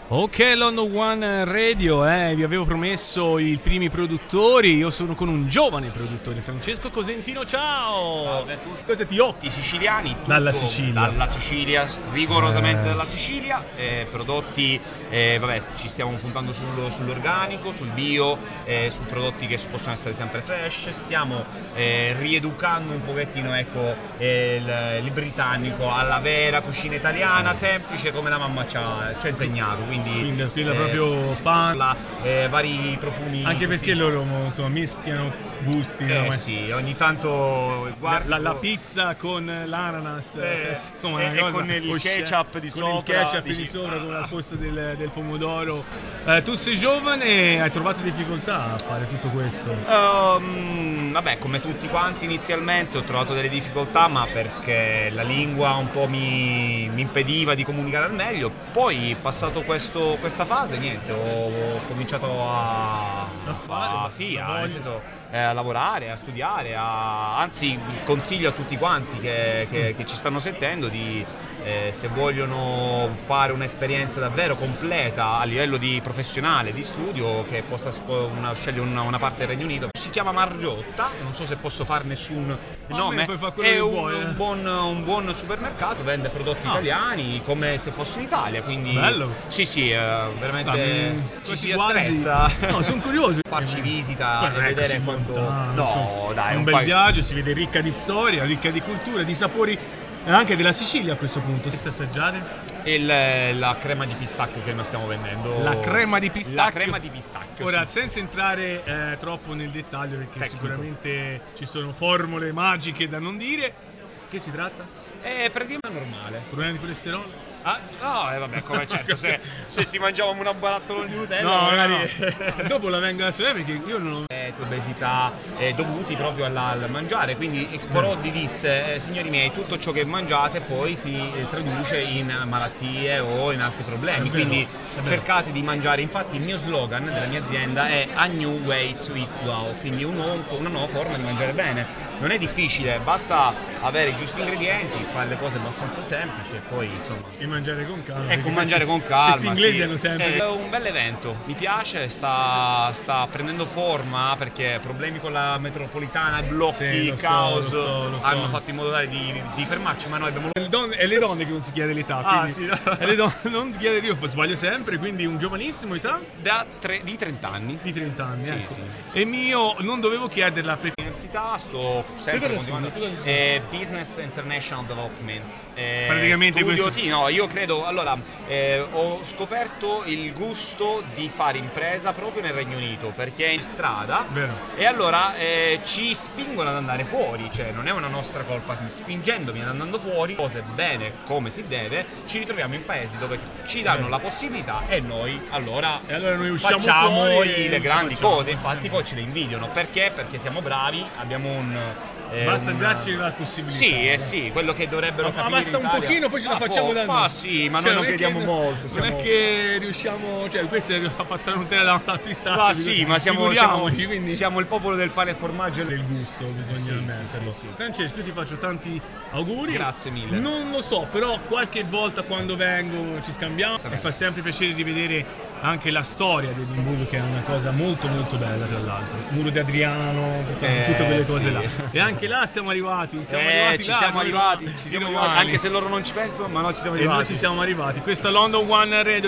Ok, London One Radio, vi avevo promesso i primi produttori. Io sono con un giovane produttore, Francesco Cosentino. Ciao! Salve a tutti. Cosa ti occhi? I siciliani, tutto Dalla Sicilia. Dalla Sicilia, rigorosamente dalla Sicilia. Prodotti, ci stiamo puntando sull'organico, sul bio, su prodotti che possono essere sempre fresh. Stiamo rieducando un pochettino, il britannico alla vera cucina italiana, semplice come la mamma ci ha insegnato. Quindi proprio pan, vari profumi. anche perché loro mischiano gusti. Sì, ogni tanto guardo la pizza con l'ananas e con il ketchup di sopra. Con il ketchup di sopra al posto del pomodoro. Tu sei giovane, hai trovato difficoltà a fare tutto questo? Come tutti quanti inizialmente ho trovato delle difficoltà, ma perché la lingua un po' mi impediva di comunicare al meglio. Poi passato questa fase, niente, ho cominciato a lavorare, a studiare, anzi consiglio a tutti quanti che ci stanno sentendo di se vogliono fare un'esperienza davvero completa a livello di professionale, di studio, che possa scegliere una parte del Regno Unito. Si chiama Margiotta, non so se posso far nessun nome, è un buon supermercato, vende prodotti italiani come se fosse in Italia, quindi bello. Sì, veramente ci si quasi attrezza. No, sono curioso. Farci visita e vedere quanto è un bel viaggio, si vede ricca di storia, ricca di cultura, di sapori. Anche della Sicilia a questo punto. Che assaggiare? La crema di pistacchio che noi stiamo vendendo. La crema di pistacchio? La crema di pistacchio. Ora, sì. Senza entrare troppo nel dettaglio, perché Tecnico. Sicuramente ci sono formule magiche da non dire. Che si tratta? È praticamente normale. Problemi di colesterolo? Come certo, se ti mangiavamo una barattolone di Nutella, No, magari. Dopo la vengo a sapere perché io non ho. Obesità dovuti proprio al mangiare, quindi Corolli disse signori miei, tutto ciò che mangiate poi si traduce in malattie o in altri problemi, quindi cercate di mangiare. Infatti il mio slogan della mia azienda è A New Way to Eat Well, quindi una nuova forma di mangiare bene. Non è difficile, basta avere i giusti ingredienti, fare le cose abbastanza semplici e poi insomma. E mangiare con calma. Mangiare con calma. Questi inglesi hanno sempre. È un bel evento, mi piace, sta prendendo forma perché problemi con la metropolitana, blocchi, caos hanno fatto in modo tale di fermarci, ma noi abbiamo. È le donne che non si chiede l'età. Quindi è le donne, non chiedere, io sbaglio sempre, quindi un giovanissimo età? Di 30 anni. Di 30 anni, sì, ecco. sì. E mio non dovevo chiederla perché. All'università sto sempre continuando. Business International Development. Praticamente studio, questo. Sì, no, io credo. Allora, ho scoperto il gusto di fare impresa proprio nel Regno Unito, perché è in strada. Vero. E allora ci spingono ad andare fuori, cioè non è una nostra colpa, spingendomi ad andando fuori, cose bene come si deve, ci ritroviamo in paesi dove ci danno la possibilità e noi allora noi usciamo facciamo fuori le grandi cose. Infatti poi ce le invidiano, perché siamo bravi, abbiamo basta darci la possibilità. Sì, quello che dovrebbero capire. Ma basta un pochino, poi ce la facciamo da noi. Ma sì, ma noi non crediamo molto. Non è che riusciamo, questo ha fatto la Nutella da pistacchio. Ma sì, ma siamo il popolo del pane e formaggio del gusto, bisogna metterlo. Sì. Francesco, io ti faccio tanti auguri. Grazie mille. Non lo so, però qualche volta quando vengo ci scambiamo e fa sempre piacere di vedere anche la storia di Edimburgo, che è una cosa molto molto bella, tra l'altro. Il muro di Adriano, tutte quelle cose là. E anche là siamo arrivati. Ci siamo arrivati, anche se loro non ci pensano, ma noi ci siamo arrivati. E noi ci siamo arrivati. Questa London One Radio.